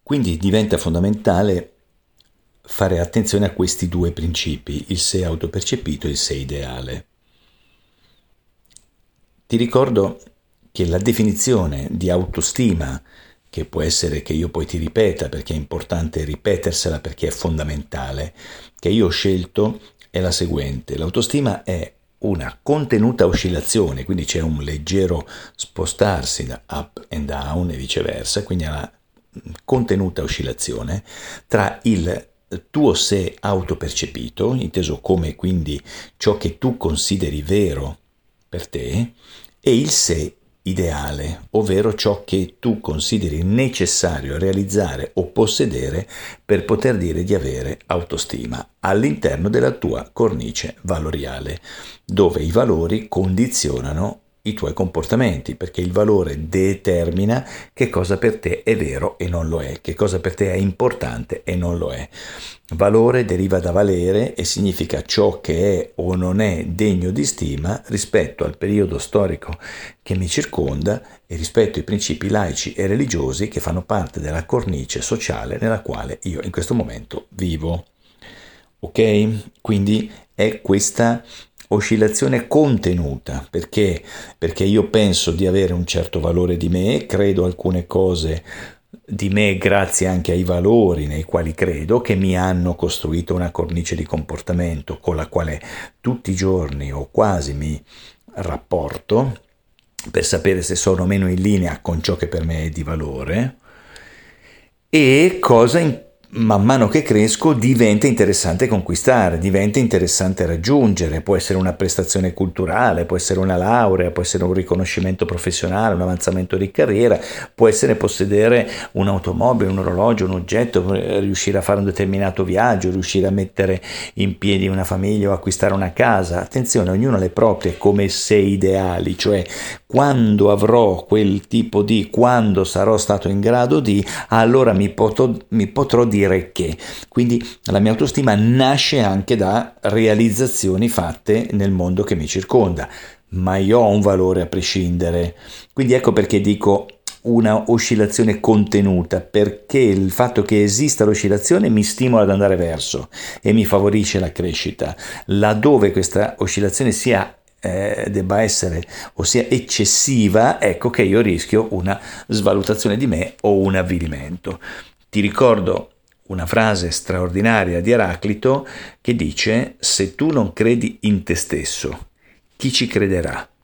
Quindi diventa fondamentale fare attenzione a questi due principi, il sé autopercepito e il sé ideale. Ti ricordo che la definizione di autostima, che può essere che io poi ti ripeta perché è importante ripetersela perché è fondamentale, che io ho scelto è la seguente: l'autostima è una contenuta oscillazione, quindi c'è un leggero spostarsi da up and down e viceversa, quindi è una contenuta oscillazione tra il tuo sé autopercepito, inteso come quindi ciò che tu consideri vero per te, e il sé ideale, ovvero ciò che tu consideri necessario realizzare o possedere per poter dire di avere autostima all'interno della tua cornice valoriale, dove i valori condizionano i tuoi comportamenti, perché il valore determina che cosa per te è vero e non lo è, che cosa per te è importante e non lo è. Valore deriva da valere e significa ciò che è o non è degno di stima rispetto al periodo storico che mi circonda e rispetto ai principi laici e religiosi che fanno parte della cornice sociale nella quale io in questo momento vivo. Ok? Quindi è questa oscillazione contenuta, perché io penso di avere un certo valore di me, credo alcune cose di me grazie anche ai valori nei quali credo, che mi hanno costruito una cornice di comportamento con la quale tutti i giorni o quasi mi rapporto per sapere se sono o meno in linea con ciò che per me è di valore, e man mano che cresco diventa interessante conquistare, diventa interessante raggiungere. Può essere una prestazione culturale, può essere una laurea, può essere un riconoscimento professionale, un avanzamento di carriera, può essere possedere un'automobile, un orologio, un oggetto, riuscire a fare un determinato viaggio, riuscire a mettere in piedi una famiglia o acquistare una casa. Attenzione, ognuno ha le proprie come sé ideali, cioè quando avrò quel tipo di, quando sarò stato in grado di, allora mi potrò dire che. Quindi la mia autostima nasce anche da realizzazioni fatte nel mondo che mi circonda, ma io ho un valore a prescindere. Quindi ecco perché dico una oscillazione contenuta, perché il fatto che esista l'oscillazione mi stimola ad andare verso e mi favorisce la crescita. Laddove questa oscillazione debba essere o sia eccessiva, ecco che io rischio una svalutazione di me o un avvilimento. Ti ricordo una frase straordinaria di Eraclito che dice: se tu non credi in te stesso, chi ci crederà?